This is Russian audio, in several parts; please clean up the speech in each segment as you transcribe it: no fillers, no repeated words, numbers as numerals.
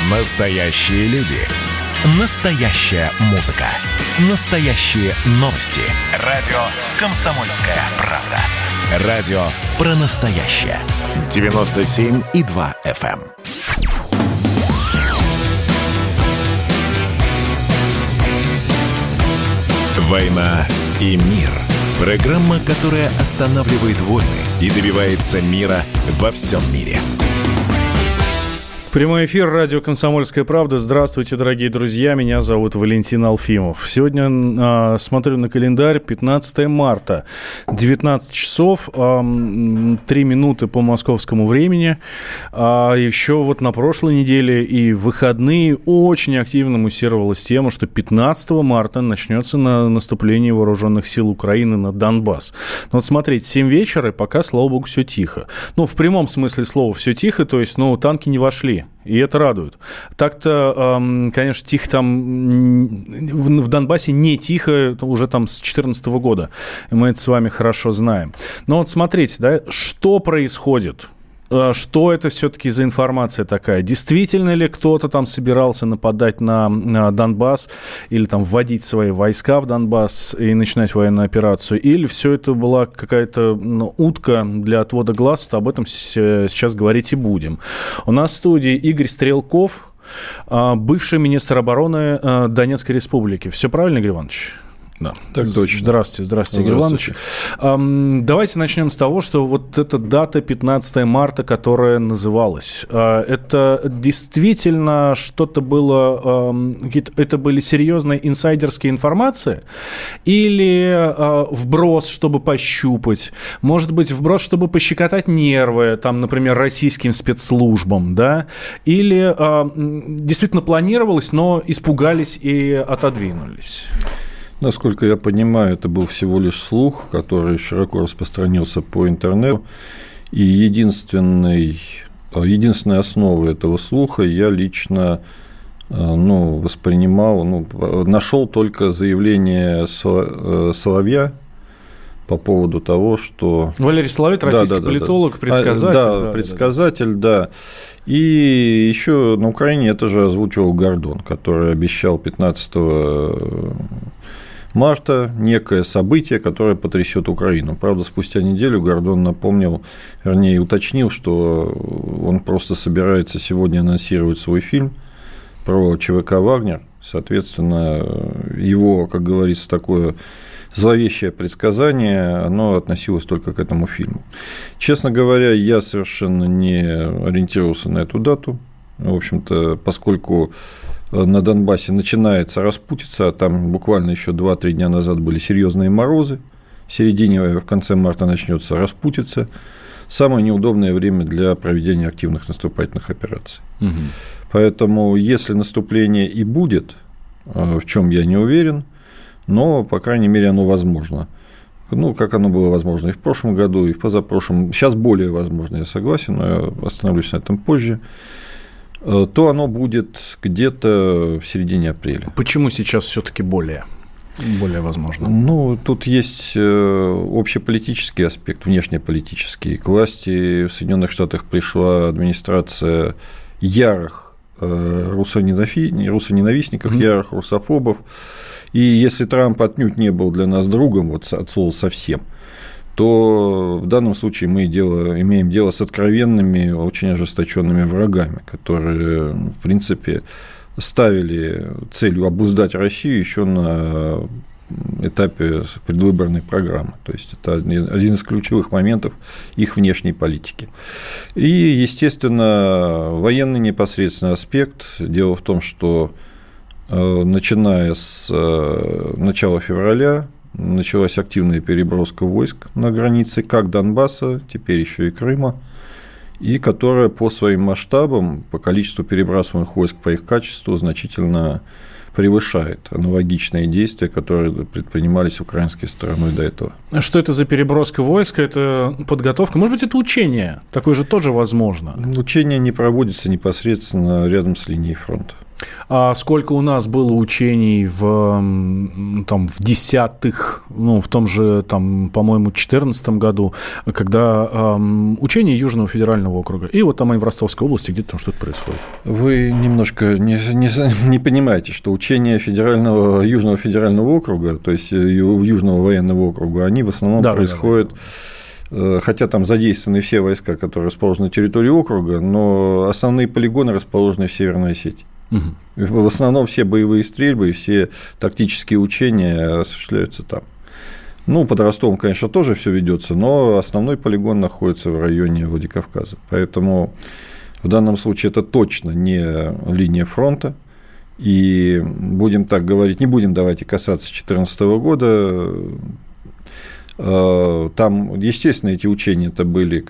Настоящие люди. Настоящая музыка. Настоящие новости. Радио «Комсомольская правда». Радио про настоящее. 97,2 FM. «Война и мир». Программа, которая останавливает войны и добивается мира во всем мире. Прямой эфир, радио «Комсомольская правда». Здравствуйте, дорогие друзья, меня зовут Валентин Алфимов. Сегодня смотрю на календарь, 15 марта, 19 часов, 3 минуты по московскому времени. Еще вот на прошлой неделе и в выходные очень активно муссировалась тема, что 15 марта начнется наступление вооруженных сил Украины на Донбасс. Но вот смотрите, 7 вечера, и пока, слава богу, все тихо. Ну, в прямом смысле слова все тихо, то есть, танки не вошли. И это радует. Так-то, конечно, тихо там в Донбассе не тихо уже там с 2014 года. И мы это с вами хорошо знаем. Но вот смотрите, да, что происходит? Что это все-таки за информация такая? Действительно ли кто-то там собирался нападать на Донбасс или там вводить свои войска в Донбасс и начинать военную операцию? Или все это была какая-то утка для отвода глаз? Об этом сейчас говорить и будем. У нас в студии Игорь Стрелков, бывший министр обороны Донецкой Республики. Все правильно, Игорь Иванович? Да. Так точно. Здравствуйте, Игорь Иванович. Давайте начнем с того, что вот эта дата 15 марта, которая называлась, это действительно что-то было, это были серьезные инсайдерские информации или вброс, чтобы пощупать, может быть, вброс, чтобы пощекотать нервы, там, например, российским спецслужбам, да, или действительно планировалось, но испугались и отодвинулись? Насколько я понимаю, это был всего лишь слух, который широко распространился по интернету. И единственной основой этого слуха я лично воспринимал, нашел только заявление Соловья по поводу того, что... Валерий Соловей, российский политолог, предсказатель. Предсказатель, да. И еще на Украине это же озвучивал Гордон, который обещал 15 марта некое событие, которое потрясет Украину. Правда, спустя неделю Гордон уточнил, что он просто собирается сегодня анонсировать свой фильм про ЧВК «Вагнер». Соответственно, его, как говорится, такое зловещее предсказание, оно относилось только к этому фильму. Честно говоря, я совершенно не ориентировался на эту дату. В общем-то, поскольку на Донбассе начинается распутица, а там буквально еще 2-3 дня назад были серьезные морозы, в середине, в конце марта начнется распутица, самое неудобное время для проведения активных наступательных операций. Угу. Поэтому, если наступление и будет, в чем я не уверен, но, по крайней мере, оно возможно. Как оно было возможно и в прошлом году, и в позапрошлом. Сейчас более возможно, я согласен, но я остановлюсь на этом позже. То оно будет где-то в середине апреля. Почему сейчас все-таки более возможно? Тут есть общеполитический аспект, внешнеполитический. К власти в Соединенных Штатах пришла администрация ярых русоненавистников, ярых русофобов. И если Трамп отнюдь не был для нас другом, от слова совсем, то в данном случае мы имеем дело с откровенными, очень ожесточенными врагами, которые, в принципе, ставили целью обуздать Россию еще на этапе предвыборной программы. То есть, это один из ключевых моментов их внешней политики. И, естественно, военный непосредственный аспект. Дело в том, что начиная с начала февраля началась активная переброска войск на границе как Донбасса, теперь еще и Крыма, и которая по своим масштабам, по количеству перебрасываемых войск, по их качеству значительно превышает аналогичные действия, которые предпринимались украинской стороной до этого. А что это за переброска войск? Это подготовка? Может быть, это учение? Такое же тоже возможно. Учение не проводится непосредственно рядом с линией фронта. А сколько у нас было учений в десятых, в том же, по-моему, 2014 году, когда учения Южного федерального округа. И вот там и в Ростовской области где-то там что-то происходит. Вы немножко не понимаете, что учения Южного федерального округа, то есть Южного военного округа, они в основном происходят... Хотя там задействованы все войска, которые расположены на территории округа, но основные полигоны расположены в Северной Осетии. Угу. В основном все боевые стрельбы и все тактические учения осуществляются там. Под Ростовом, конечно, тоже все ведется, но основной полигон находится в районе Владикавказа. Поэтому в данном случае это точно не линия фронта. И будем так говорить, не будем давайте касаться 2014 года. Там, естественно, эти учения-то были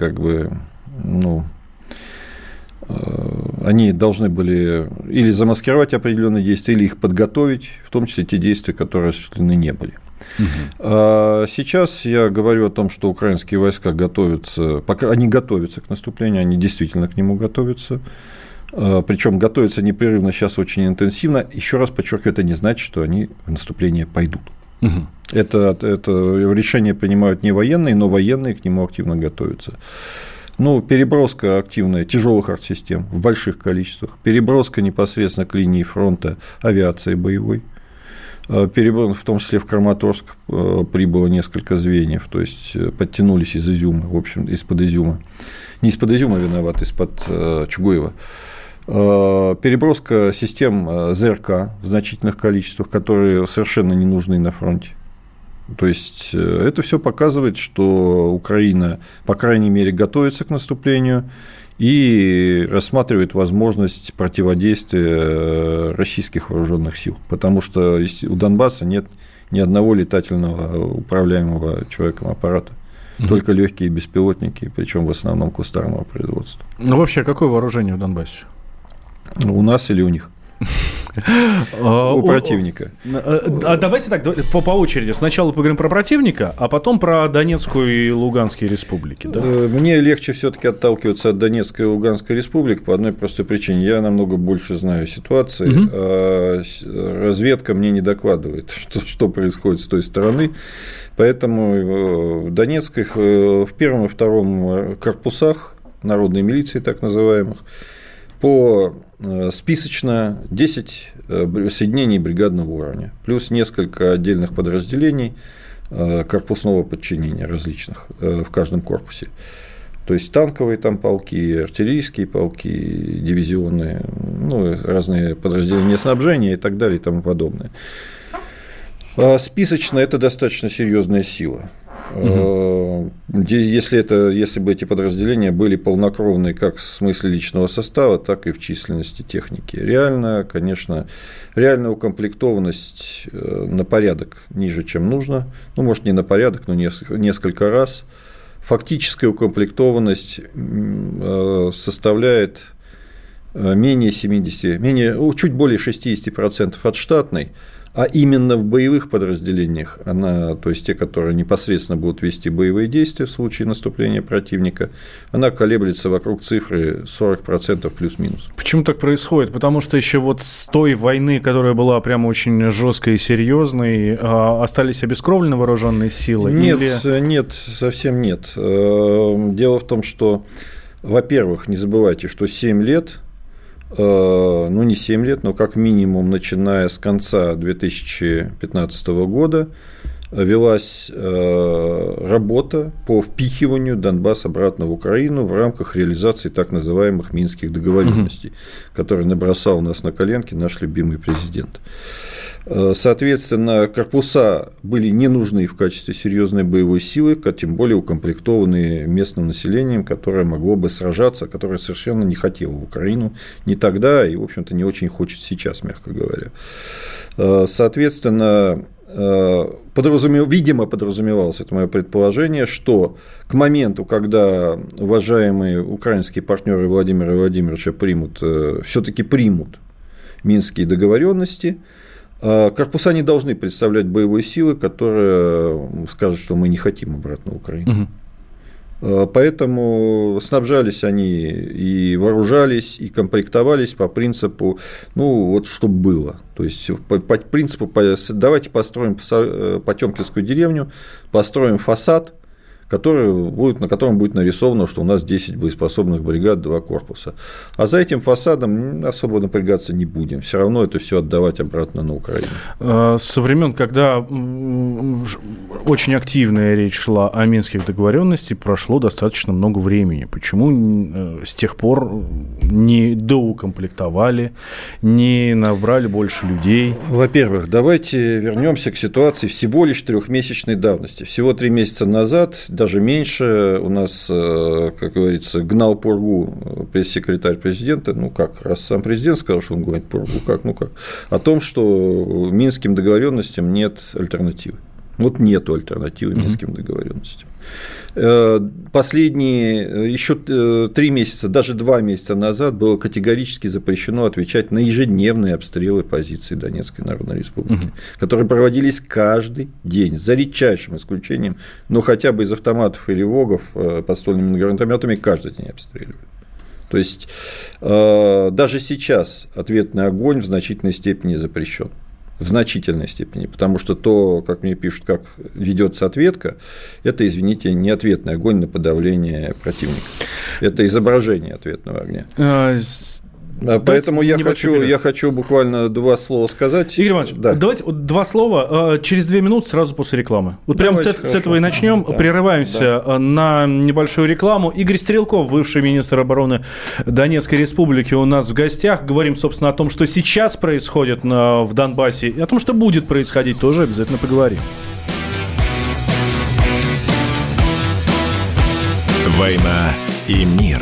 они должны были или замаскировать определенные действия, или их подготовить, в том числе те действия, которые осуществлены не были. Сейчас я говорю о том, что украинские войска готовятся, пока они готовятся к наступлению, они действительно к нему готовятся. Причем готовятся непрерывно, сейчас очень интенсивно. Еще раз подчеркиваю, это не значит, что они в наступление пойдут. Это решение принимают не военные, но военные к нему активно готовятся. Переброска активная тяжелых артсистем в больших количествах, переброска непосредственно к линии фронта авиации боевой, в том числе в Краматорск прибыло несколько звеньев, то есть подтянулись из Изюма, в общем, из-под Изюма. Не из-под Изюма виноват, из-под Чугуева. Переброска систем ЗРК в значительных количествах, которые совершенно не нужны на фронте. То есть это все показывает, что Украина, по крайней мере, готовится к наступлению и рассматривает возможность противодействия российских вооруженных сил, потому что у Донбасса нет ни одного летательного управляемого человеком аппарата. Только легкие беспилотники, причем в основном кустарного производства. Вообще, какое вооружение в Донбассе? У нас или у них? У противника. Давайте так, по очереди. Сначала поговорим про противника, а потом про Донецкую и Луганские республики. Да? Мне легче все-таки отталкиваться от Донецкой и Луганской республик по одной простой причине. Я намного больше знаю ситуации, а разведка мне не докладывает, что происходит с той стороны. Поэтому в Донецкой, в первом и втором корпусах народной милиции, так называемых, списочно 10 соединений бригадного уровня, плюс несколько отдельных подразделений корпусного подчинения различных в каждом корпусе. То есть танковые там полки, артиллерийские полки, дивизионы, разные подразделения снабжения и так далее и тому подобное. Списочно это достаточно серьезная сила. Если бы эти подразделения были полнокровные как в смысле личного состава, так и в численности техники. Реально, конечно, реальная укомплектованность на порядок ниже, чем нужно. Может, не на порядок, но несколько раз. Фактическая укомплектованность составляет чуть более 60% от штатной. А именно в боевых подразделениях, то есть те, которые непосредственно будут вести боевые действия в случае наступления противника, она колеблется вокруг цифры 40% плюс-минус. Почему так происходит? Потому что еще с той войны, которая была прямо очень жесткой и серьезной, остались обескровлены вооруженные силы? Нет, совсем нет. Дело в том, что, во-первых, не забывайте, что 7 лет, не 7 лет, но как минимум, начиная с конца 2015 года, велась работа по впихиванию Донбасса обратно в Украину в рамках реализации так называемых Минских договоренностей, которые набросал нас на коленки наш любимый президент. Соответственно, корпуса были не нужны в качестве серьезной боевой силы, тем более укомплектованные местным населением, которое могло бы сражаться, которое совершенно не хотело в Украину ни тогда и, в общем-то, не очень хочет сейчас, мягко говоря. Соответственно, видимо, подразумевалось, это мое предположение, что к моменту, когда уважаемые украинские партнеры Владимира Владимировича все-таки примут Минские договоренности, корпуса не должны представлять боевые силы, которые скажут, что мы не хотим обратно в Украину. Поэтому снабжались они и вооружались, и комплектовались по принципу, чтобы было. То есть, по принципу, давайте построим Потёмкинскую деревню, построим фасад, на котором будет нарисовано, что у нас 10 боеспособных бригад, 2 корпуса. А за этим фасадом особо напрягаться не будем. Все равно это все отдавать обратно на Украину. Со времен, когда очень активная речь шла о Минских договоренностях, прошло достаточно много времени. Почему с тех пор не доукомплектовали, не набрали больше людей? Во-первых, давайте вернемся к ситуации всего лишь 3-месячной давности. Всего 3 месяца назад, даже меньше, у нас, как говорится, гнал пургу пресс-секретарь президента, раз сам президент сказал, что он гонит пургу, как, о том, что Минским договоренностям нет альтернативы. Нету альтернативы Минским договоренностям. Последние еще 3 месяца, даже 2 месяца назад было категорически запрещено отвечать на ежедневные обстрелы позиций Донецкой Народной Республики, которые проводились каждый день, за редчайшим исключением, но хотя бы из автоматов или ВОГов подствольными гранатометами каждый день обстреливали. То есть, даже сейчас ответный огонь в значительной степени запрещен. В значительной степени, потому что то, как мне пишут, как ведется ответка, это, извините, не ответный огонь на подавление противника, это изображение ответного огня. Поэтому я хочу буквально 2 слова сказать. Игорь Иванович, давайте 2 слова через 2 минуты сразу после рекламы. Прямо с этого и начнем. Прерываемся на небольшую рекламу. Игорь Стрелков, бывший министр обороны Донецкой Республики, у нас в гостях. Говорим, собственно, о том, что сейчас происходит в Донбассе, и о том, что будет происходить, тоже обязательно поговорим. «Война и мир».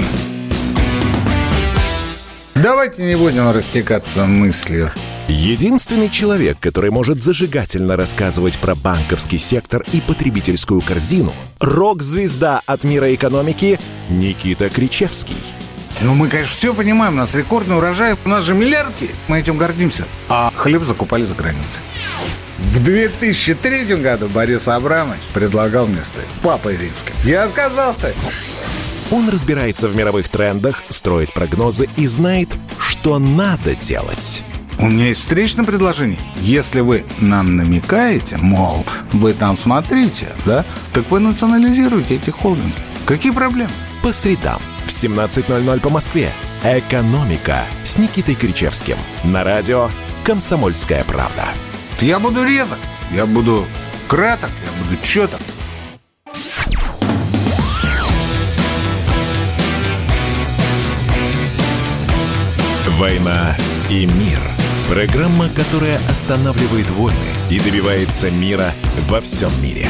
Давайте не будем растекаться мыслью. Единственный человек, который может зажигательно рассказывать про банковский сектор и потребительскую корзину – рок-звезда от мира экономики Никита Кричевский. Мы, конечно, все понимаем, у нас рекордный урожай, у нас же миллиард есть, мы этим гордимся. А хлеб закупали за границей. В 2003 году Борис Абрамович предлагал мне стать папой римским. Я отказался. Он разбирается в мировых трендах, строит прогнозы и знает, что надо делать. У меня есть встречное предложение. Если вы нам намекаете, мол, вы там смотрите, да, так вы национализируете эти холдинги. Какие проблемы? По средам в 17:00 по Москве. «Экономика» с Никитой Кричевским. На радио «Комсомольская правда». Я буду резок, я буду краток, я буду чёток. «Война и мир». Программа, которая останавливает войны и добивается мира во всем мире.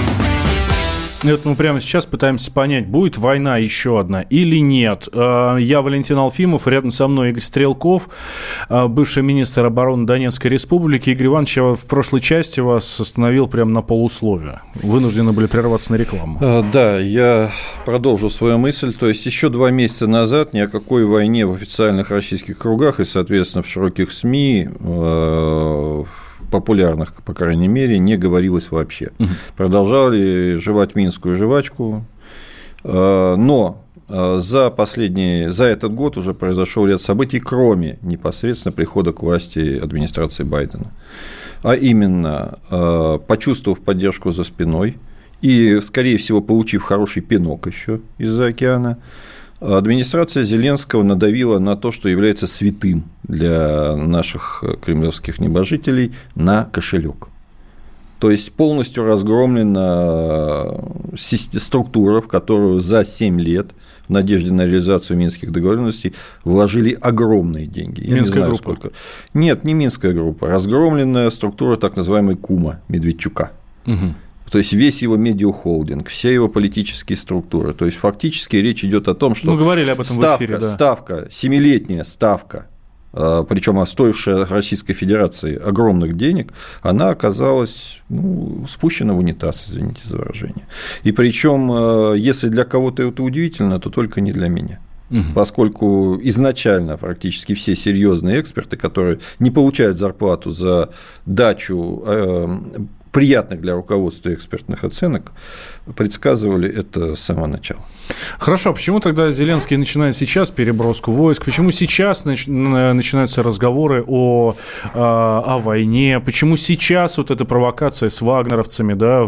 Мы прямо сейчас пытаемся понять, будет война еще одна или нет. Я Валентин Алфимов, рядом со мной Игорь Стрелков, бывший министр обороны Донецкой Республики. Игорь Иванович, я в прошлой части вас остановил прямо на полусловие. Вынуждены были прерваться на рекламу. Да, я продолжу свою мысль. То есть, еще 2 месяца назад ни о какой войне в официальных российских кругах и, соответственно, в широких СМИ, популярных, по крайней мере, не говорилось вообще. Продолжали жевать минскую жвачку, но за этот год уже произошел ряд событий, кроме непосредственно прихода к власти администрации Байдена. А именно, почувствовав поддержку за спиной и, скорее всего, получив хороший пинок еще из-за океана, администрация Зеленского надавила на то, что является святым для наших кремлевских небожителей, на кошелек. То есть полностью разгромлена структура, в которую за 7 лет в надежде на реализацию Минских договоренностей вложили огромные деньги. Я Минская не знаю, группа? Сколько. Нет, не Минская группа. Разгромленная структура так называемой Кума Медведчука. То есть весь его медиахолдинг, все его политические структуры. То есть фактически речь идет о том, что мы говорили об этом в эфире, да. ставка, 7-летняя ставка, причем стоившая Российской Федерации огромных денег, она оказалась спущена в унитаз, извините за выражение. И причем, если для кого-то это удивительно, то только не для меня. Поскольку изначально практически все серьезные эксперты, которые не получают зарплату за дачу приятных для руководства и экспертных оценок, предсказывали это с самого начала. Хорошо, почему тогда Зеленский начинает сейчас переброску войск? Почему сейчас начинаются разговоры о войне? Почему сейчас вот эта провокация с вагнеровцами, да,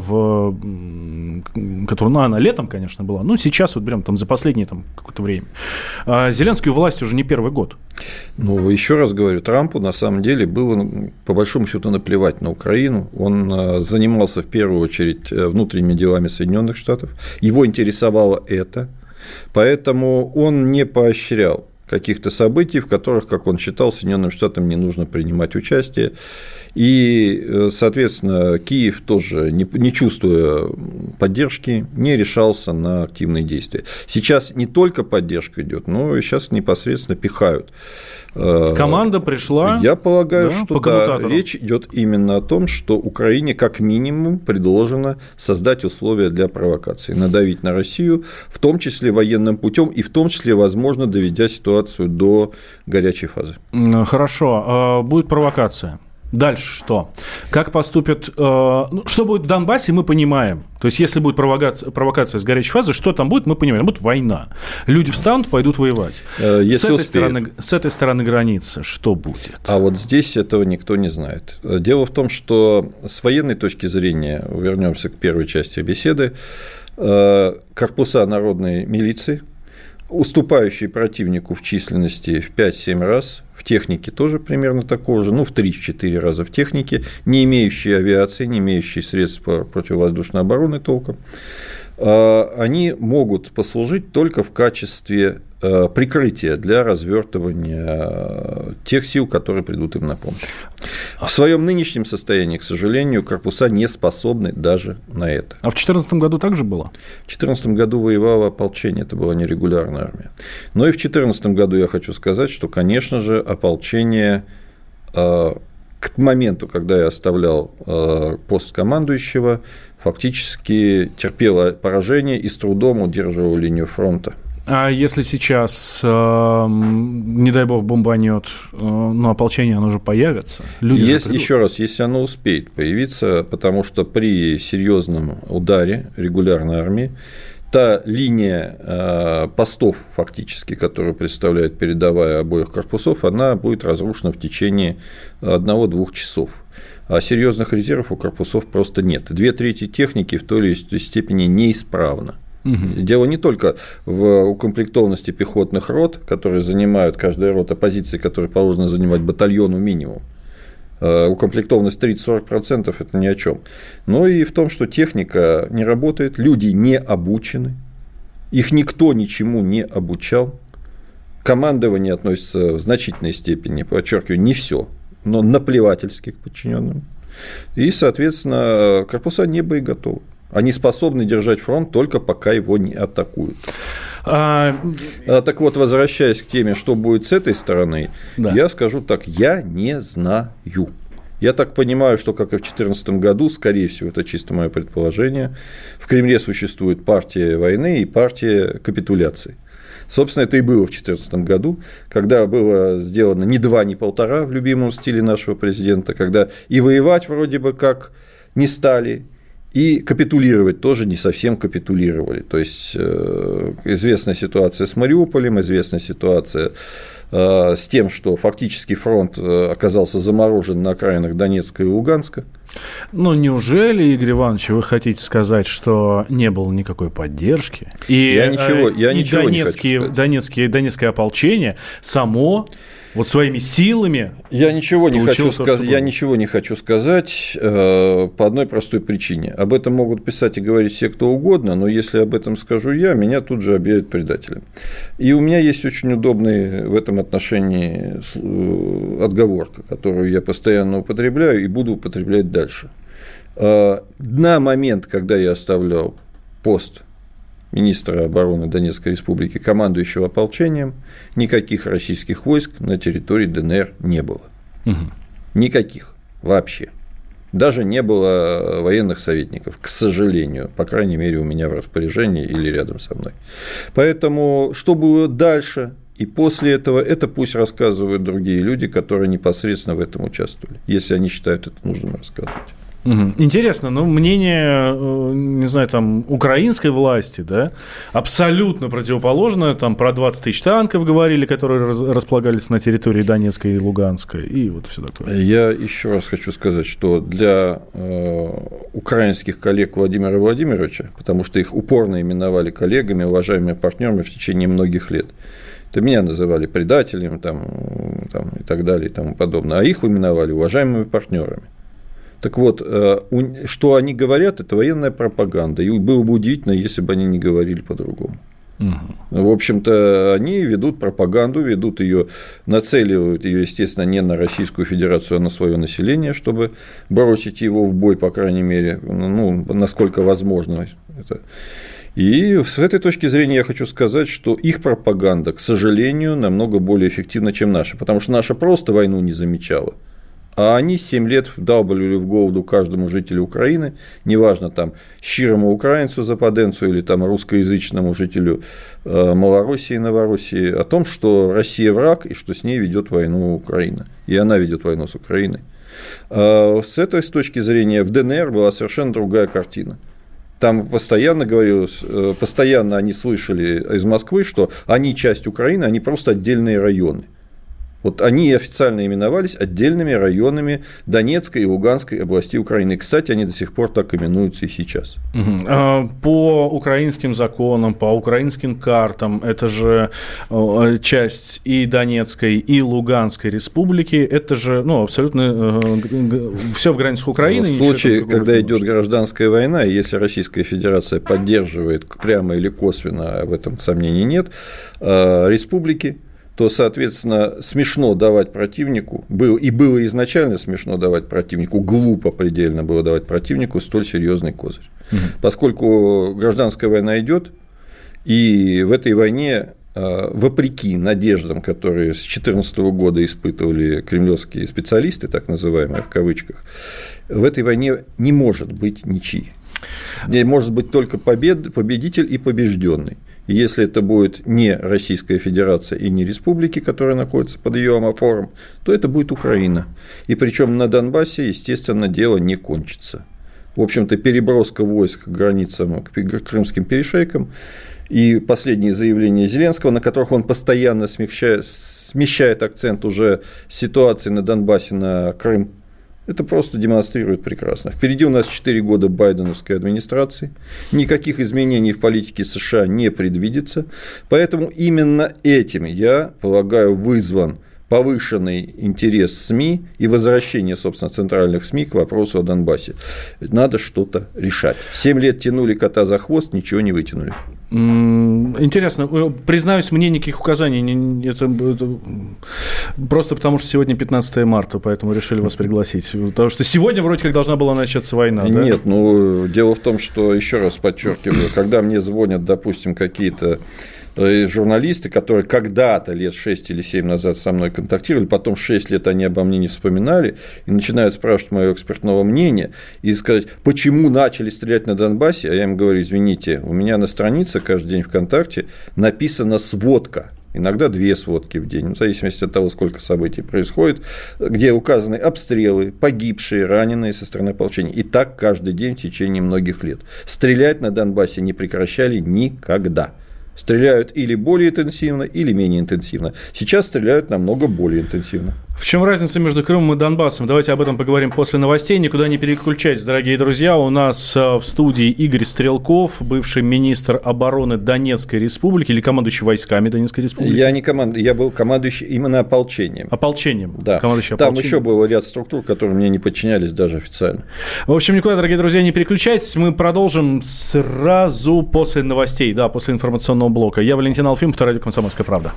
которая, она летом, конечно, была, но сейчас вот прям там за последнее там какое-то время. Зеленский у власти уже не первый год. Ну, еще раз говорю, Трампу на самом деле было, по большому счету, наплевать на Украину. Он занимался в первую очередь внутренними делами Соединенных Штатов. Его интересовало это. Поэтому он не поощрял каких-то событий, в которых, как он считал, Соединенным Штатам не нужно принимать участие. И, соответственно, Киев тоже, не чувствуя поддержки, не решался на активные действия. Сейчас не только поддержка идет, но и сейчас непосредственно пихают. Команда пришла. Я полагаю, что да, речь идет именно о том, что Украине как минимум предложено создать условия для провокации, надавить на Россию, в том числе военным путем и в том числе, возможно, доведя ситуацию до горячей фазы. Хорошо, будет провокация. Дальше что? Как поступят... что будет в Донбассе, мы понимаем. То есть, если будет провокация с горячей фазы, что там будет, мы понимаем. Будет война. Люди встанут, пойдут воевать. С этой стороны границы что будет? А вот здесь этого никто не знает. Дело в том, что с военной точки зрения, вернемся к первой части беседы, корпуса народной милиции, уступающие противнику в численности в 5-7 раз, в технике тоже примерно такого же, в 3-4 раза в технике, не имеющие авиации, не имеющие средств противовоздушной обороны толком, они могут послужить только в качестве прикрытия для развертывания тех сил, которые придут им на помощь. В своем нынешнем состоянии, к сожалению, корпуса не способны даже на это. А в 2014 году так же было? В 2014 году воевало ополчение, это была нерегулярная армия. Но и в 2014 году я хочу сказать, что, конечно же, ополчение к моменту, когда я оставлял пост командующего, фактически терпело поражение и с трудом удерживало линию фронта. А если сейчас, не дай бог, бомбанет, ополчение, оно же появится? Еще раз, если оно успеет появиться, потому что при серьезном ударе регулярной армии та линия постов, фактически, которую представляет передовая обоих корпусов, она будет разрушена в течение 1-2 часов. А серьезных резервов у корпусов просто нет. 2/3 техники в той или иной степени неисправна. Дело не только в укомплектованности пехотных рот, которые занимают, каждая рота позиции, которые положено занимать батальону минимум. Укомплектованность 30-40% – это ни о чем. Но и в том, что техника не работает, люди не обучены, их никто ничему не обучал. Командование относится в значительной степени, подчеркиваю, не все, но наплевательски к подчиненным. И, соответственно, корпуса не боеготовы. Они способны держать фронт только пока его не атакуют. Так вот, возвращаясь к теме, что будет с этой стороны, да. Я скажу так, я не знаю. Я так понимаю, что, как и в 2014 году, скорее всего, это чисто мое предположение, в Кремле существует партия войны и партия капитуляции. Собственно, это и было в 2014 году, когда было сделано ни 2, ни 1,5 в любимом стиле нашего президента, когда и воевать вроде бы как не стали, и капитулировать тоже не совсем капитулировали. То есть, известная ситуация с Мариуполем, известная ситуация с тем, что фактически фронт оказался заморожен на окраинах Донецка и Луганска. Ну, неужели, Игорь Иванович, вы хотите сказать, что не было никакой поддержки? И я ничего не хочу сказать. Донецкое ополчение само... Вот своими силами. Я ничего не хочу сказать по одной простой причине. Об этом могут писать и говорить все, кто угодно, но если об этом скажу я, меня тут же объявят предателем. И у меня есть очень удобная в этом отношении отговорка, которую я постоянно употребляю и буду употреблять дальше. На момент, когда я оставлял пост министра обороны Донецкой Республики, командующего ополчением, никаких российских войск на территории ДНР не было. Никаких вообще. Даже не было военных советников, к сожалению, по крайней мере, у меня в распоряжении или рядом со мной. Поэтому, что было дальше и после этого, это пусть рассказывают другие люди, которые непосредственно в этом участвовали, если они считают это нужным рассказывать. Интересно, мнение, не знаю, там, украинской власти, да, абсолютно противоположное, там, про 20 тысяч танков говорили, которые располагались на территории Донецкой и Луганской, и вот все такое. Я еще раз хочу сказать, что для украинских коллег Владимира Владимировича, потому что их упорно именовали коллегами, уважаемыми партнерами в течение многих лет, это меня называли предателем там, и так далее и тому подобное, а их именовали уважаемыми партнерами. Так вот, что они говорят, это военная пропаганда. И было бы удивительно, если бы они не говорили по-другому. В общем-то, они ведут пропаганду, ведут ее, нацеливают ее, естественно, не на Российскую Федерацию, а на свое население, чтобы бросить его в бой, по крайней мере, насколько возможно это. И с этой точки зрения я хочу сказать, что их пропаганда, к сожалению, намного более эффективна, чем наша, потому что наша просто войну не замечала. А они 7 лет вдалбливали в голову каждому жителю Украины, неважно, там, щирому украинцу, западенцу или там, русскоязычному жителю Малороссии, Новороссии, о том, что Россия враг и что с ней ведет войну Украина. И она ведет войну с Украиной. С этой точки зрения в ДНР была совершенно другая картина. Там постоянно говорилось, постоянно они слышали из Москвы, что они часть Украины, они просто отдельные районы. Вот они официально именовались отдельными районами Донецкой и Луганской областей Украины. И, кстати, они до сих пор так именуются и сейчас. По украинским законам, по украинским картам, это же часть и Донецкой, и Луганской республики, это же абсолютно все в границах Украины. В случае, когда идет гражданская война, и если Российская Федерация поддерживает прямо или косвенно, в этом сомнений нет, республики, то, соответственно, смешно давать противнику, было изначально смешно давать противнику, глупо предельно было давать противнику столь серьезный козырь. Поскольку гражданская война идет, и в этой войне, вопреки надеждам, которые с 2014 года испытывали кремлевские специалисты, так называемые в кавычках, в этой войне не может быть ничьи. Может быть только победитель и побежденный. И если это будет не Российская Федерация и не республики, которые находятся под ее амофором, то это будет Украина. И причем на Донбассе, естественно, дело не кончится. В общем-то, переброска войск к границам, к крымским перешейкам и последние заявления Зеленского, на которых он постоянно смещает акцент уже с ситуации на Донбассе на Крым, это просто демонстрирует прекрасно. Впереди у нас 4 года байденовской администрации, никаких изменений в политике США не предвидится, поэтому именно этим, я полагаю, вызван повышенный интерес СМИ и возвращение, собственно, центральных СМИ к вопросу о Донбассе. Надо что-то решать. 7 лет тянули кота за хвост, ничего не вытянули. Интересно, признаюсь, мне никаких указаний, это просто потому, что сегодня 15 марта, поэтому решили вас пригласить, потому что сегодня вроде как должна была начаться война, да? Нет, дело в том, что, еще раз подчеркиваю, когда мне звонят, допустим, какие-то журналисты, которые когда-то лет 6 или 7 назад со мной контактировали, потом 6 лет они обо мне не вспоминали и начинают спрашивать моего экспертного мнения и сказать, почему начали стрелять на Донбассе, а я им говорю, извините, у меня на странице каждый день ВКонтакте написана сводка, иногда 2 сводки в день, в зависимости от того, сколько событий происходит, где указаны обстрелы, погибшие, раненые со стороны ополчения. И так каждый день в течение многих лет. Стрелять на Донбассе не прекращали никогда. Стреляют или более интенсивно, или менее интенсивно. Сейчас стреляют намного более интенсивно. В чем разница между Крымом и Донбассом? Давайте об этом поговорим после новостей. Никуда не переключайтесь, дорогие друзья. У нас в студии Игорь Стрелков, бывший министр обороны Донецкой Республики или командующий войсками Донецкой Республики. Я не командующий, я был командующий именно ополчением. Ополчением? Да. Там еще был ряд структур, которые мне не подчинялись даже официально. В общем, никуда, дорогие друзья, не переключайтесь. Мы продолжим сразу после новостей, после информационного блока. Я Валентин Алфимов, радио «Комсомольская правда».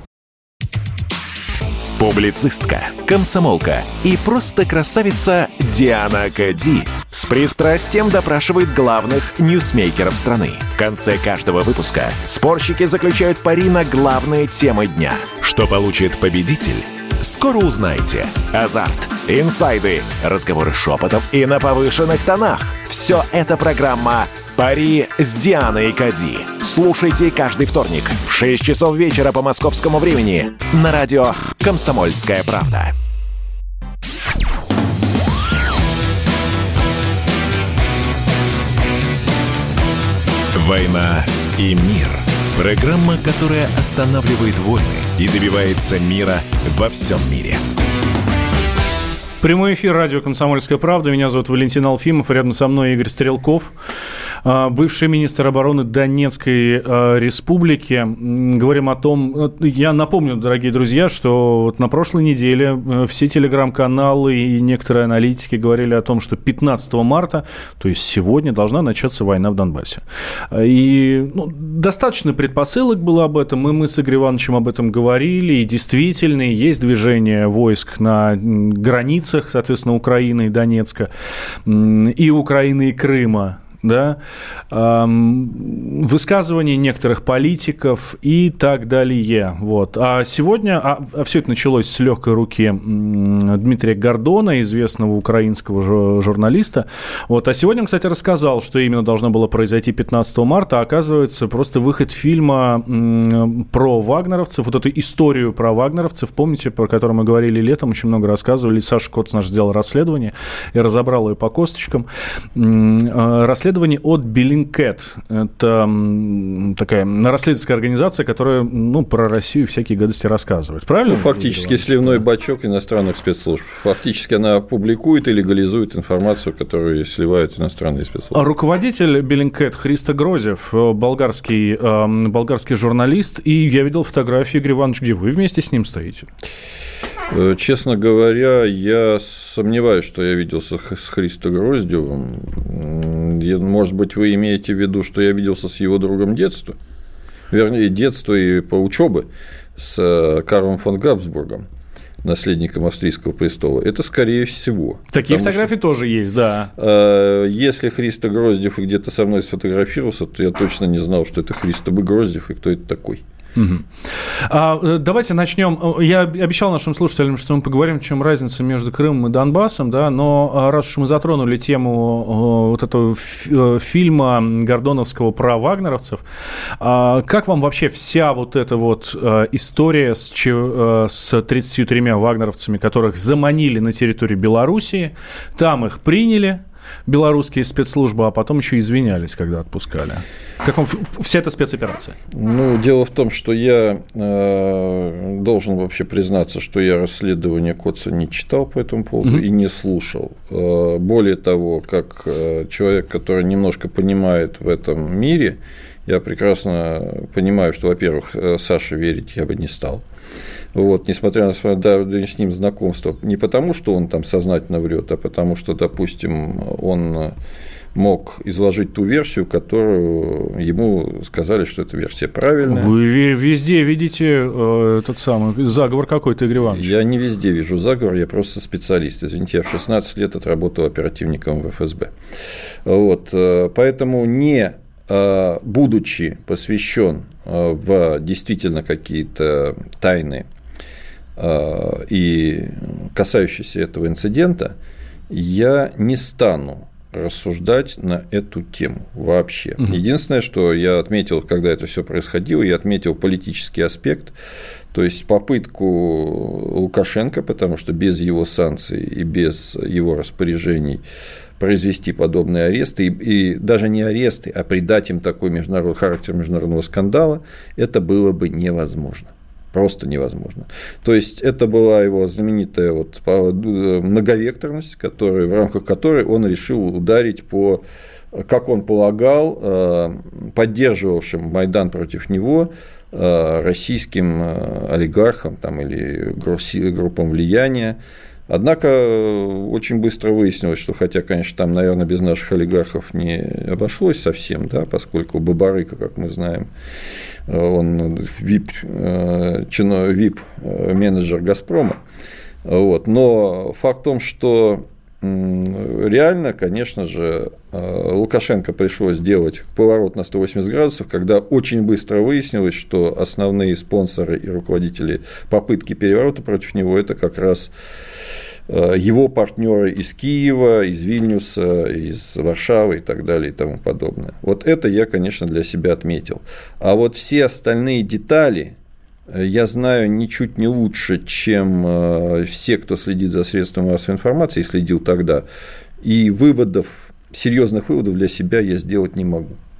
Публицистка, комсомолка и просто красавица Диана Кади с пристрастием допрашивает главных ньюсмейкеров страны. В конце каждого выпуска спорщики заключают пари на главные темы дня. Что получит победитель? Скоро узнаете. Азарт, инсайды, разговоры шепотов и на повышенных тонах. Все это программа «Пари с Дианой Кади». Слушайте каждый вторник в 6 часов вечера по московскому времени на радио «Комсомольская правда». «Война и мир». Программа, которая останавливает войны и добивается мира во всем мире. Прямой эфир радио «Комсомольская правда». Меня зовут Валентин Алфимов. Рядом со мной Игорь Стрелков, бывший министр обороны Донецкой республики. Говорим о том... Я напомню, дорогие друзья, что вот на прошлой неделе все телеграм-каналы и некоторые аналитики говорили о том, что 15 марта, то есть сегодня, должна начаться война в Донбассе. И достаточно предпосылок было об этом, и мы с Игорем Ивановичем об этом говорили. И действительно, есть движение войск на границе, соответственно, Украины и Донецка, и Украины и Крыма, да, высказывания некоторых политиков и так далее. Вот. А сегодня, все это началось с легкой руки Дмитрия Гордона, известного украинского журналиста. Вот. А сегодня он, кстати, рассказал, что именно должно было произойти 15 марта. А оказывается, просто выход фильма про вагнеровцев, вот эту историю про вагнеровцев, помните, про которую мы говорили летом, очень много рассказывали. Саша Коц наш сделал расследование и разобрал ее по косточкам. Расследование от Bellingcat. Это такая расследовательская организация, которая про Россию всякие гадости рассказывает. Правильно? Фактически сливной бачок иностранных спецслужб. Фактически она публикует и легализует информацию, которую сливают иностранные спецслужбы. Руководитель Bellingcat Христо Грозев, болгарский журналист, и я видел фотографии, Игорь Иванович, где вы вместе с ним стоите. Честно говоря, я сомневаюсь, что я виделся с Христо Гроздевым. Может быть, вы имеете в виду, что я виделся с его другом детства? Вернее, детства и по учебе с Карлом фон Габсбургом, наследником австрийского престола. Это скорее всего. Такие фотографии тоже есть, да. Если Христо Гроздев и где-то со мной сфотографировался, то я точно не знал, что это Христо Гроздев и кто это такой. Давайте начнем. Я обещал нашим слушателям, что мы поговорим, в чем разница между Крымом и Донбассом, да, но раз уж мы затронули тему вот этого фильма гордоновского про вагнеровцев, как вам вообще вся вот эта вот история с 33 вагнеровцами, которых заманили на территорию Белоруссии, там их приняли белорусские спецслужбы, а потом еще извинялись, когда отпускали. Как вам вся эта спецоперация? Дело в том, что я должен вообще признаться, что я расследование Коца не читал по этому поводу и не слушал. Более того, как человек, который немножко понимает в этом мире, я прекрасно понимаю, что, во-первых, Саше верить я бы не стал. Вот, несмотря на свое с ним знакомство, не потому, что он там сознательно врет, а потому что, допустим, он мог изложить ту версию, которую ему сказали, что эта версия правильная. Вы везде видите этот самый заговор какой-то, Игорь Иванович? Я не везде вижу заговор, я просто специалист. Извините, я в 16 лет отработал оперативником в ФСБ. Вот, поэтому не будучи посвящен в действительно какие-то тайны и касающиеся этого инцидента, я не стану рассуждать на эту тему вообще. Единственное, что я отметил, когда это все происходило, я отметил политический аспект, то есть попытку Лукашенко, потому что без его санкций и без его распоряжений произвести подобные аресты, и даже не аресты, а придать им такой характер международного скандала, это было бы невозможно. Просто невозможно. То есть, это была его знаменитая многовекторность, в рамках которой он решил ударить по, как он полагал, поддерживавшим Майдан против него российским олигархам или группам влияния. Однако очень быстро выяснилось, что хотя, конечно, там, наверное, без наших олигархов не обошлось совсем, да, поскольку Бабарыка, как мы знаем, он VIP-менеджер «Газпрома». Вот. Но факт в том, что реально, конечно же, Лукашенко пришлось сделать поворот на 180 градусов, когда очень быстро выяснилось, что основные спонсоры и руководители попытки переворота против него – это как раз его партнеры из Киева, из Вильнюса, из Варшавы и так далее и тому подобное. Вот это я, конечно, для себя отметил. А вот все остальные детали я знаю ничуть не лучше, чем все, кто следит за средствами массовой информации, и следил тогда. И серьезных выводов для себя я сделать не могу.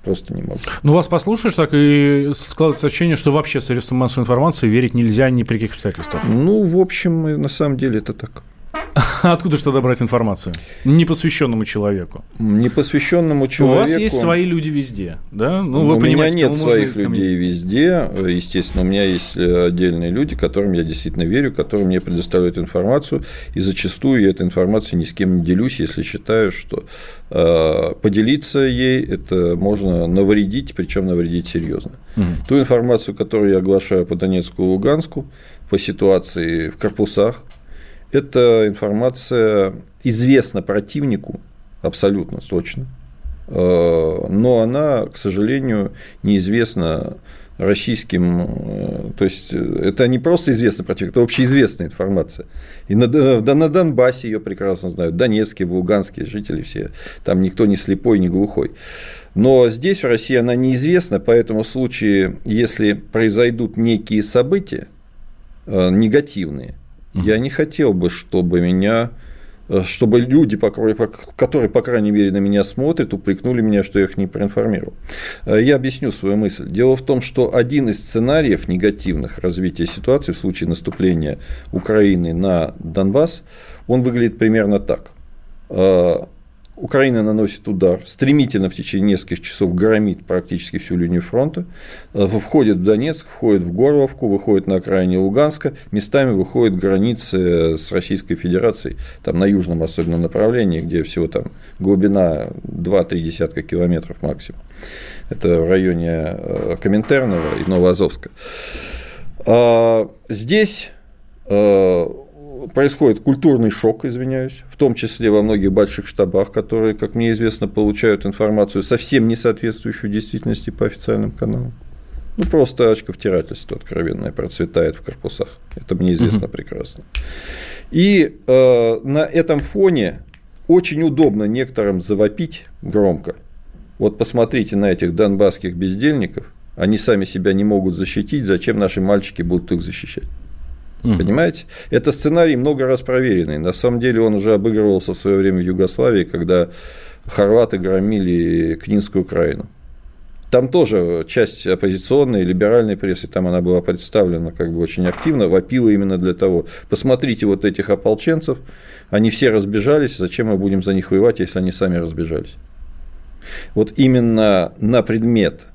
Просто не могу. Ну, вас послушаешь, так и складывается ощущение, что вообще средствам массовой информации верить нельзя ни при каких обстоятельствах. Ну, в общем, на самом деле это так. Откуда же тогда брать информацию? Непосвященному человеку. Непосвященному человеку. У вас есть свои люди везде, да? Ну, вы у понимаете, меня нет своих людей везде. Естественно, у меня есть отдельные люди, которым я действительно верю, которые мне предоставляют информацию. И зачастую я этой информацией ни с кем не делюсь, если считаю, что поделиться ей это можно навредить, причем навредить серьезно. Ту информацию, которую я оглашаю по Донецку и Луганску, по ситуации в корпусах, эта информация известна противнику абсолютно точно, но она, к сожалению, неизвестна российским, то есть это не просто известный противник, это общеизвестная информация. И на Донбассе ее прекрасно знают, в Донецке, в Луганске жители все, там никто не слепой, не глухой. Но здесь, в России, она неизвестна, поэтому в случае, если произойдут некие события негативные, я не хотел бы, чтобы люди, которые, по крайней мере, на меня смотрят, упрекнули меня, что я их не проинформировал. Я объясню свою мысль. Дело в том, что один из сценариев негативных развития ситуации в случае наступления Украины на Донбасс, он выглядит примерно так. Украина наносит удар, стремительно в течение нескольких часов громит практически всю линию фронта, входит в Донецк, входит в Горловку, выходит на окраине Луганска, местами выходит к границе с Российской Федерацией, там на южном особенно направлении, где всего там глубина 2-3 десятка километров максимум. Это в районе Коминтерного и Новоазовска. Здесь происходит культурный шок, извиняюсь, в том числе во многих больших штабах, которые, как мне известно, получают информацию, совсем не соответствующую действительности по официальным каналам. Ну, просто очковтирательство откровенное процветает в корпусах. Это мне известно прекрасно. И на этом фоне очень удобно некоторым завопить громко. Вот посмотрите на этих донбасских бездельников, они сами себя не могут защитить, зачем наши мальчики будут их защищать? Понимаете? Это сценарий много раз проверенный. На самом деле он уже обыгрывался в свое время в Югославии, когда хорваты громили Книнскую Украину. Там тоже часть оппозиционной, либеральной прессы, там она была представлена как бы очень активно, вопила именно для того, посмотрите вот этих ополченцев, они все разбежались, зачем мы будем за них воевать, если они сами разбежались. Вот именно на предмет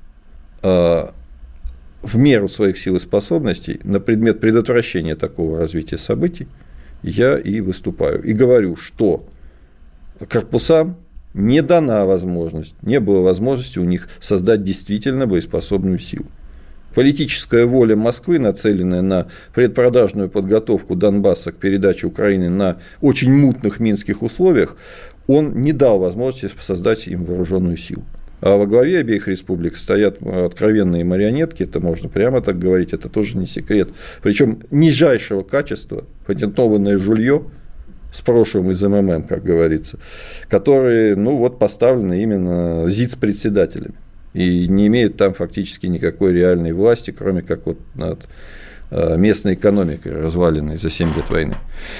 в меру своих сил и способностей, на предмет предотвращения такого развития событий я и выступаю. И говорю, что корпусам не дана возможность, не было возможности у них создать действительно боеспособную силу. Политическая воля Москвы, нацеленная на предпродажную подготовку Донбасса к передаче Украины на очень мутных минских условиях, он не дал возможности создать им вооруженную силу. А во главе обеих республик стоят откровенные марионетки, это можно прямо так говорить, это тоже не секрет. Причем нижайшего качества, патентованное жулье с прошлым из МММ, как говорится, которые поставлены именно ЗИЦ-председателями и не имеют там фактически никакой реальной власти, кроме как вот над местной экономикой, разваленной за 7 лет войны.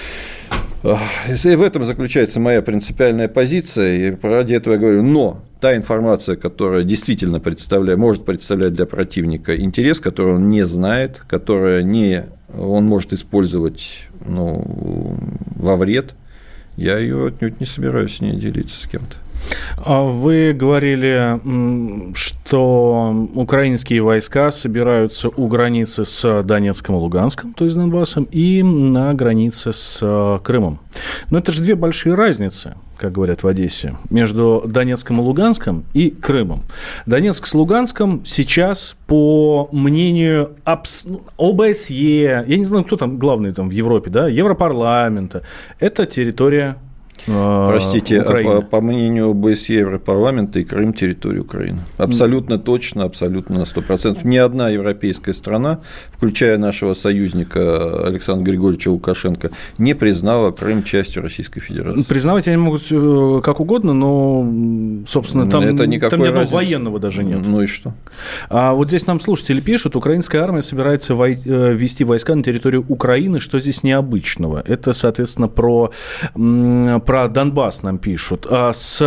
И в этом заключается моя принципиальная позиция, и ради этого я говорю, но та информация, которая действительно может представлять для противника интерес, который он не знает, который он может использовать во вред, я ее отнюдь не собираюсь с ней делиться с кем-то. Вы говорили, что украинские войска собираются у границы с Донецком и Луганском, то есть Донбассом, и на границе с Крымом. Но это же две большие разницы, как говорят в Одессе, между Донецком и Луганском и Крымом. Донецк с Луганском сейчас, по мнению ОБСЕ, я не знаю, кто там главный там в Европе, да, Европарламента, это территория Простите, Украины. По мнению ОБСЕ, Европарламента, и Крым – территория Украины. Абсолютно точно, абсолютно на 100%. Ни одна европейская страна, включая нашего союзника Александра Григорьевича Лукашенко, не признала Крым частью Российской Федерации. Признавать они могут как угодно, но, собственно, там ни одного военного даже нет. Ну и что? А вот здесь нам слушатели пишут, украинская армия собирается ввести войска на территорию Украины. Что здесь необычного? Это, соответственно, про про Донбасс нам пишут. С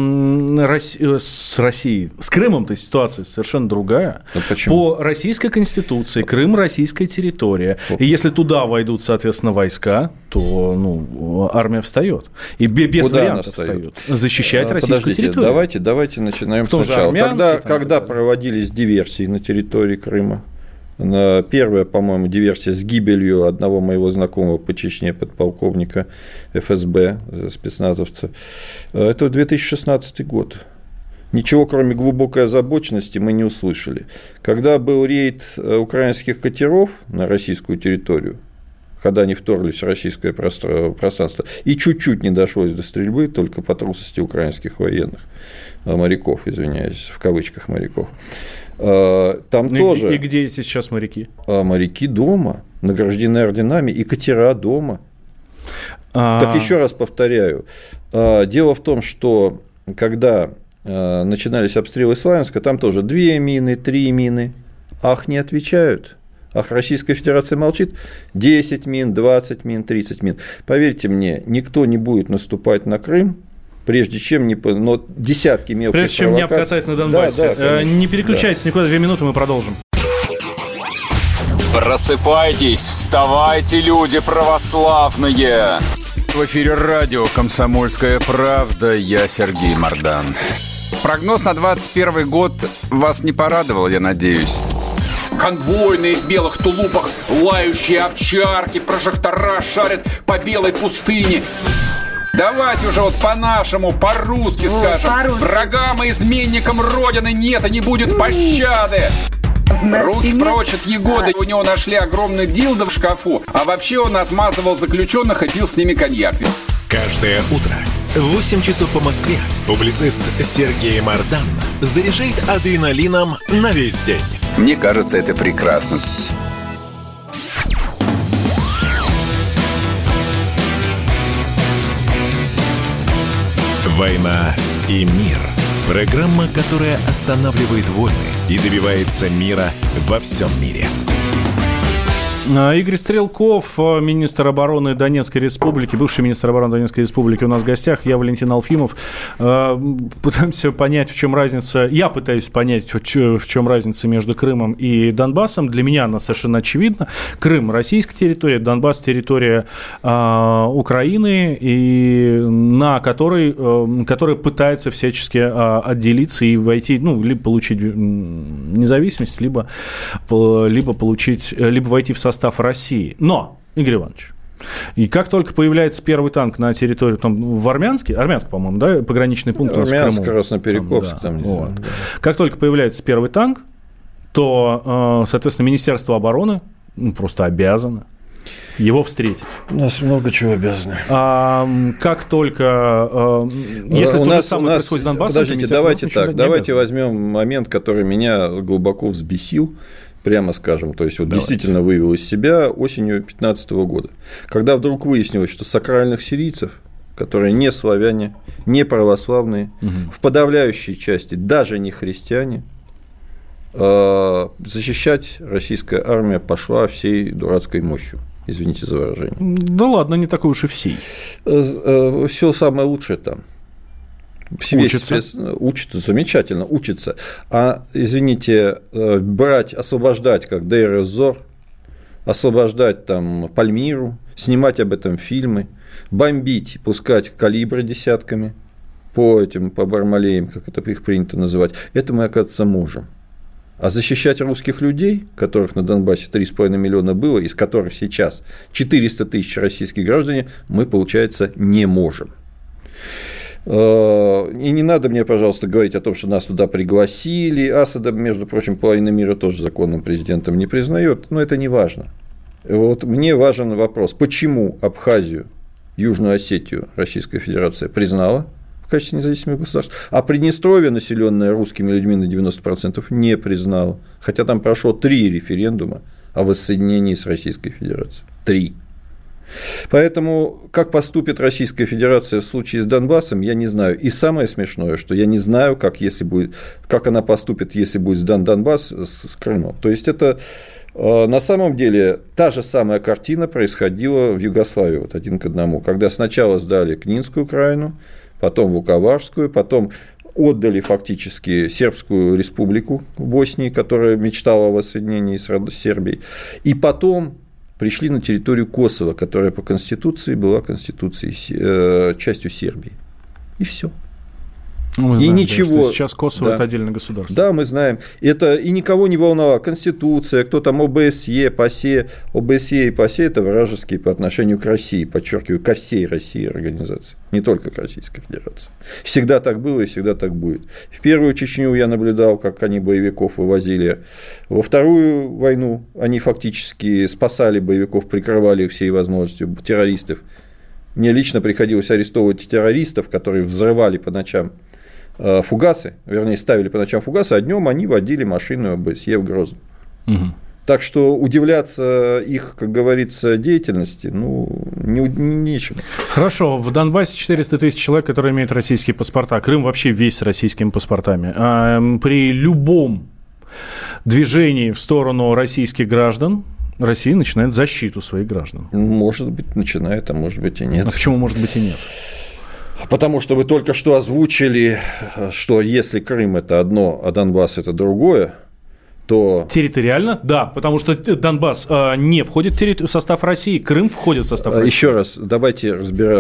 Россией, с Крымом-то ситуация совершенно другая. По российской конституции Крым – российская территория. И если туда войдут, соответственно, войска, то армия встает. И без вариантов встает. Защищать российскую территорию. Давайте начинаем сначала. Когда проводились диверсии на территории Крыма? Первая, по-моему, диверсия с гибелью одного моего знакомого по Чечне, подполковника ФСБ, спецназовца. Это 2016 год. Ничего, кроме глубокой озабоченности, мы не услышали. Когда был рейд украинских катеров на российскую территорию, когда они вторглись в российское пространство, и чуть-чуть не дошлось до стрельбы, только по трусости украинских военных, моряков, извиняюсь, в кавычках моряков, там тоже... И где сейчас моряки? Моряки дома, награждены орденами, и катера дома. Так еще раз повторяю. Дело в том, что когда начинались обстрелы Славянска, там тоже 2 мины, 3 мины. Ах, не отвечают. Ах, Российская Федерация молчит. 10 мин, 20 мин, 30 мин. Поверьте мне, никто не будет наступать на Крым, прежде чем но десятки мелких прежде чем не обкатать на Донбассе. Да, не переключайтесь никуда, 2 минуты, мы продолжим. Просыпайтесь, вставайте, люди православные! В эфире радио «Комсомольская правда», я Сергей Мордан. Прогноз на 21 год вас не порадовал, я надеюсь. Конвойные в белых тулупах, лающие овчарки, прожектора шарят по белой пустыне. Давайте уже по-нашему, по-русски скажем. По-русски. Врагам и изменникам Родины нет и не будет пощады. Руки прочь от Егоды. У него нашли огромный дилдо в шкафу. А вообще он отмазывал заключенных и пил с ними коньяк. Каждое утро в 8 часов по Москве публицист Сергей Мордан заряжает адреналином на весь день. Мне кажется, это прекрасно. «Война и мир» – программа, которая останавливает войны и добивается мира во всем мире. Игорь Стрелков, министр обороны Донецкой Республики, бывший министр обороны Донецкой Республики у нас в гостях. Я Валентин Алфимов. Пытаемся понять, в чем разница. Я пытаюсь понять, в чем разница между Крымом и Донбассом. Для меня она совершенно очевидна. Крым – российская территория, Донбасс – территория Украины, и на которой пытается всячески отделиться и войти, либо получить независимость, либо войти в состав России. Но, Игорь Иванович, и как только появляется первый танк на территории, в Армянске, по-моему, да, пограничный пункт у нас в Крыму. Армянск, Красноперекопск. Как только появляется первый танк, то, соответственно, Министерство обороны просто обязано его встретить. У нас много чего обязаны. Как только... Если то же самое происходит с Донбассом... Подождите, давайте возьмем момент, который меня глубоко взбесил, прямо скажем, то есть действительно вывел из себя осенью 2015 года, когда вдруг выяснилось, что сакральных сирийцев, которые не славяне, не православные, в подавляющей части даже не христиане, защищать российская армия пошла всей дурацкой мощью. Извините за выражение. Да ладно, не такой уж и всей. Все самое лучшее там. Учатся, замечательно, учатся. Извините, освобождать, как Дейр-эз-Зор, освобождать там Пальмиру, снимать об этом фильмы, бомбить, пускать калибры десятками по Бармалеям, как это их принято называть, это мы, оказывается, можем. А защищать русских людей, которых на Донбассе 3,5 миллиона было, из которых сейчас 400 тысяч российских граждан, мы, получается, не можем. И не надо мне, пожалуйста, говорить о том, что нас туда пригласили. Асада, между прочим, половина мира тоже законным президентом не признает, но это не важно. Мне важен вопрос, почему Абхазию, Южную Осетию Российская Федерация признала в качестве независимых государств, а Приднестровье, населенное русскими людьми на 90%, не признало, хотя там прошло 3 референдума о воссоединении с Российской Федерацией. 3. Поэтому, как поступит Российская Федерация в случае с Донбассом, я не знаю. И самое смешное, что я не знаю, как она поступит, если будет сдан Донбасс с Крымом. То есть, это На самом деле, та же самая картина происходила в Югославии, вот 1:1, когда сначала сдали Книнскую Украину, потом Вуковарскую, потом отдали фактически Сербскую республику в Боснии, которая мечтала о воссоединении с Сербией, и потом пришли на территорию Косово, которая по Конституции была частью Сербии. И все. Мы и знаем, ничего. Что сейчас Косово это отдельное государство. Да, мы знаем. Это и никого не волновало. Конституция, кто там ОБСЕ, ПАСЕ. ОБСЕ и ПАСЕ – это вражеские по отношению к России, подчеркиваю, ко всей России организации, не только к Российской Федерации. Всегда так было и всегда так будет. В первую Чечню я наблюдал, как они боевиков вывозили. Во вторую войну они фактически спасали боевиков, прикрывали их всей возможностью, террористов. Мне лично приходилось арестовывать террористов, которые взрывали по ночам фугасы, вернее, ставили по ночам фугасы, а днем они водили машину ОБСЕ в Грозный. Угу. Так что удивляться их, как говорится, деятельности, нечем. Хорошо, в Донбассе 400 тысяч человек, которые имеют российские паспорта. Крым вообще весь с российскими паспортами. При любом движении в сторону российских граждан Россия начинает защиту своих граждан. Может быть, начинает, а может быть и нет. А почему может быть и нет? Потому что вы только что озвучили, что если Крым – это одно, а Донбасс – это другое, то… Территориально? Да, потому что Донбасс не входит в состав России, Крым входит в состав России. Еще раз, давайте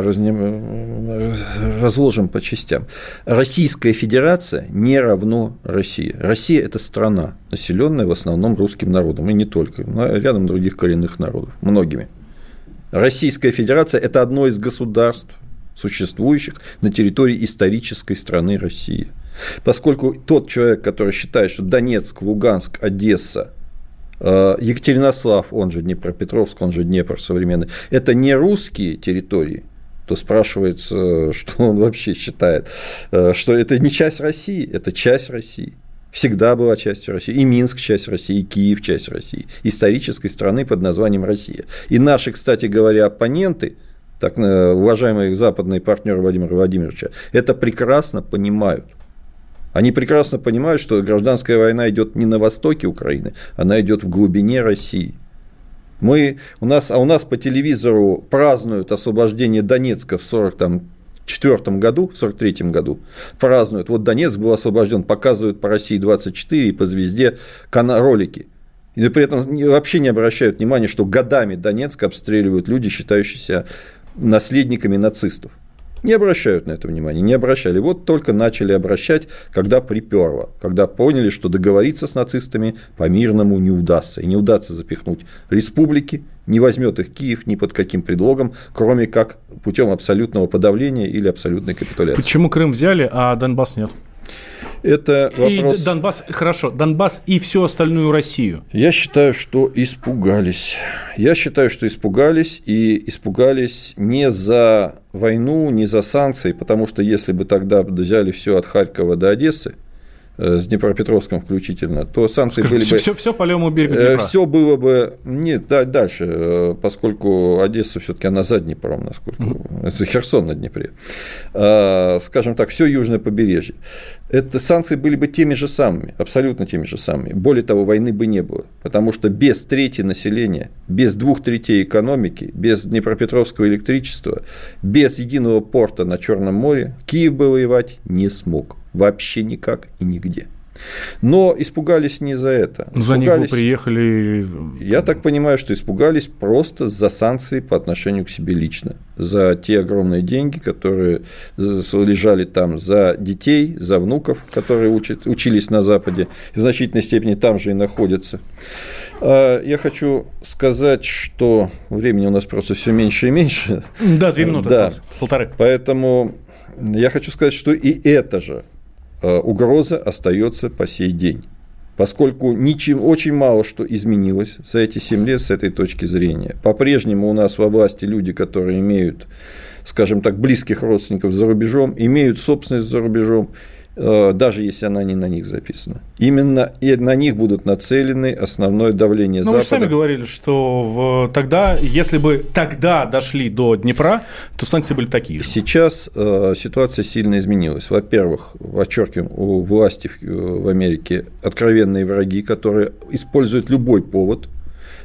разложим по частям. Российская Федерация не равно России. Россия – это страна, населенная в основном русским народом, и не только, но рядом других коренных народов, многими. Российская Федерация – это одно из государств, существующих на территории исторической страны России. Поскольку тот человек, который считает, что Донецк, Луганск, Одесса, Екатеринослав, он же Днепропетровск, он же Днепр современный, это не русские территории, то спрашивается, что он вообще считает, что это не часть России, это часть России. Всегда была частью России. И Минск – часть России, и Киев – часть России. Исторической страны под названием Россия. И наши, кстати говоря, оппоненты, так уважаемые западные партнеры Владимира Владимировича, это прекрасно понимают. Они прекрасно понимают, что гражданская война идет не на востоке Украины, она идет в глубине России. У нас по телевизору празднуют освобождение Донецка в 1944 году, в 1943 году празднуют. Вот Донецк был освобожден, показывают по России 24 и по звезде ролики. И при этом вообще не обращают внимания, что годами Донецк обстреливают люди, считающиеся наследниками нацистов. Не обращают на это внимания, не обращали. Вот только начали обращать, когда приперло, когда поняли, что договориться с нацистами по-мирному не удастся. И не удастся запихнуть республики, не возьмет их Киев ни под каким предлогом, кроме как путем абсолютного подавления или абсолютной капитуляции. Почему Крым взяли, а Донбасс нет? Это вопрос… И Донбасс, хорошо, Донбасс и всю остальную Россию. Я считаю, что испугались. И испугались не за войну, не за санкции, потому что если бы тогда взяли все от Харькова до Одессы, с Днепропетровском включительно, то санкции были бы… Все по левому берегу Днепра. Все было бы… Нет, дальше, поскольку Одесса все-таки она за Днепром, насколько… Это Херсон на Днепре. Скажем так, все южное побережье. Это санкции были бы теми же самыми, абсолютно теми же самыми. Более того, войны бы не было, потому что без трети населения, без 2/3 экономики, без Днепропетровского электричества, без единого порта на Черном море Киев бы воевать не смог. Вообще никак и нигде. Но испугались не за это. За них бы приехали… Я так понимаю, что испугались просто за санкции по отношению к себе лично. За те огромные деньги, которые лежали там, за детей, за внуков, которые учились на Западе, в значительной степени там же и находятся. Я хочу сказать, что времени у нас просто все меньше и меньше. Да, 2 минуты осталось, 1,5. Поэтому я хочу сказать, что и это же угроза остается по сей день, поскольку очень мало что изменилось за эти 7 лет с этой точки зрения. По-прежнему у нас во власти люди, которые имеют, скажем так, близких родственников за рубежом, имеют собственность за рубежом, даже если она не на них записана. Именно и на них будут нацелены основное давление Запада. Вы же сами говорили, что тогда, если бы тогда дошли до Днепра, то санкции были такие же. Сейчас ситуация сильно изменилась. Во-первых, подчеркиваем, у власти в Америке откровенные враги, которые используют любой повод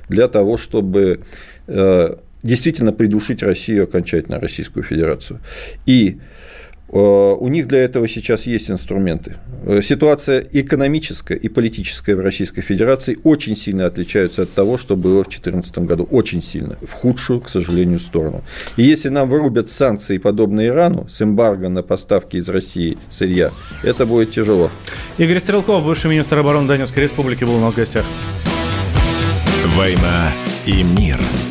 для того, чтобы действительно придушить Россию окончательно, Российскую Федерацию. И у них для этого сейчас есть инструменты. Ситуация экономическая и политическая в Российской Федерации очень сильно отличаются от того, что было в 2014 году. Очень сильно. В худшую, к сожалению, сторону. И если нам вырубят санкции, подобные Ирану, с эмбарго на поставки из России сырья, это будет тяжело. Игорь Стрелков, бывший министр обороны Донецкой Республики, был у нас в гостях. «Война и мир».